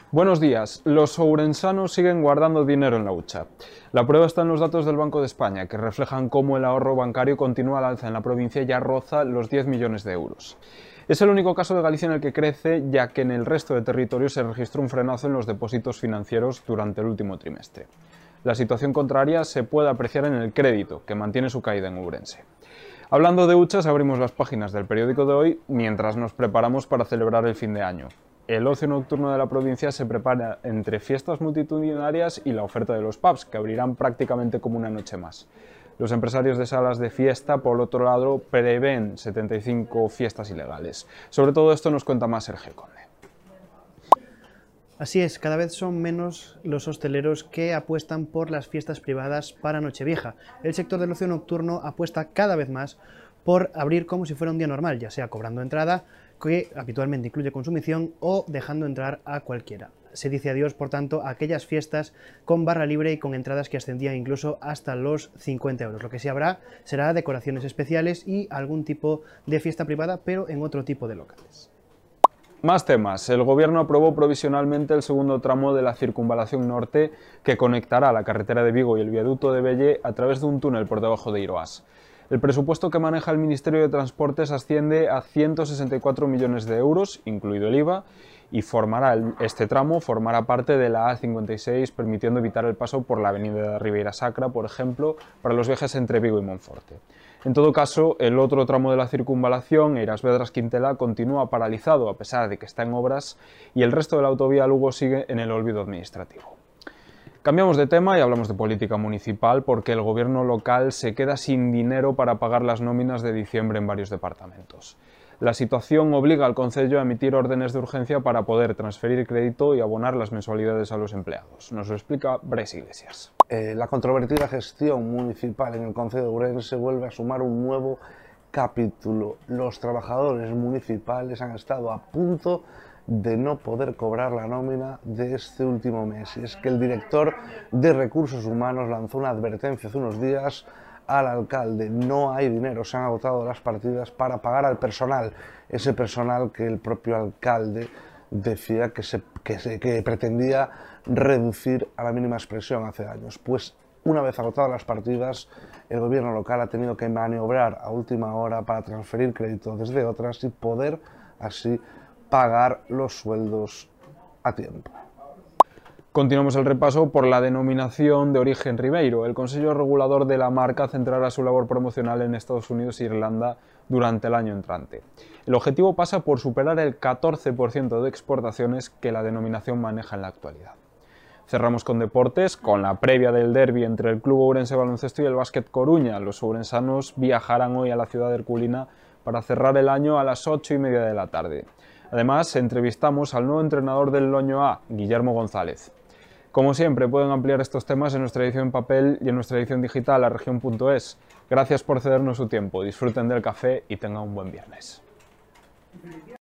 Buenos días. Los ourensanos siguen guardando dinero en la hucha. La prueba está en los datos del Banco de España, que reflejan cómo el ahorro bancario continúa al alza en la provincia y ya roza los 10 millones de euros. Es el único caso de Galicia en el que crece, ya que en el resto de territorios se registró un frenazo en los depósitos financieros durante el último trimestre. La situación contraria se puede apreciar en el crédito, que mantiene su caída en Ourense. Hablando de huchas, abrimos las páginas del periódico de hoy mientras nos preparamos para celebrar el fin de año. El ocio nocturno de la provincia se prepara entre fiestas multitudinarias y la oferta de los pubs, que abrirán prácticamente como una noche más. Los empresarios de salas de fiesta, por otro lado, prevén 75 fiestas ilegales. Sobre todo esto nos cuenta más Sergio Conde. Así es, cada vez son menos los hosteleros que apuestan por las fiestas privadas para Nochevieja. El sector del ocio nocturno apuesta cada vez más por abrir como si fuera un día normal, ya sea cobrando entrada, que habitualmente incluye consumición, o dejando entrar a cualquiera. Se dice adiós, por tanto, a aquellas fiestas con barra libre y con entradas que ascendían incluso hasta los 50 euros. Lo que sí habrá será decoraciones especiales y algún tipo de fiesta privada, pero en otro tipo de locales. Más temas. El Gobierno aprobó provisionalmente el segundo tramo de la circunvalación norte que conectará la carretera de Vigo y el viaducto de Belle a través de un túnel por debajo de Iroas. El presupuesto que maneja el Ministerio de Transportes asciende a 164 millones de euros, incluido el IVA, y este tramo formará parte de la A56, permitiendo evitar el paso por la avenida de Ribeira Sacra, por ejemplo, para los viajes entre Vigo y Monforte. En todo caso, el otro tramo de la circunvalación, Eiras-Vedras-Quintela, continúa paralizado a pesar de que está en obras y el resto de la autovía Lugo sigue en el olvido administrativo. Cambiamos de tema y hablamos de política municipal porque el gobierno local se queda sin dinero para pagar las nóminas de diciembre en varios departamentos. La situación obliga al Concello a emitir órdenes de urgencia para poder transferir crédito y abonar las mensualidades a los empleados. Nos lo explica Brais Iglesias. La controvertida gestión municipal en el Concello de Ourense vuelve a sumar un nuevo capítulo. Los trabajadores municipales han estado a punto de no poder cobrar la nómina de este último mes. Y es que el director de Recursos Humanos lanzó una advertencia hace unos días al alcalde: no hay dinero, se han agotado las partidas para pagar al personal, ese personal que el propio alcalde decía que pretendía reducir a la mínima expresión hace años. Pues una vez agotadas las partidas, el gobierno local ha tenido que maniobrar a última hora para transferir crédito desde otras y poder así pagar los sueldos a tiempo. Continuamos el repaso por la denominación de origen Ribeiro. El Consejo Regulador de la marca centrará su labor promocional en Estados Unidos e Irlanda durante el año entrante. El objetivo pasa por superar el 14% de exportaciones que la denominación maneja en la actualidad. Cerramos con deportes, con la previa del derbi entre el Club Ourense Baloncesto y el Básquet Coruña. Los ourensanos viajarán hoy a la ciudad de Herculina para cerrar el año a las 8:30 de la tarde. Además, entrevistamos al nuevo entrenador del Loño A, Guillermo González. Como siempre, pueden ampliar estos temas en nuestra edición en papel y en nuestra edición digital, laregion.es. Gracias por cedernos su tiempo, disfruten del café y tengan un buen viernes.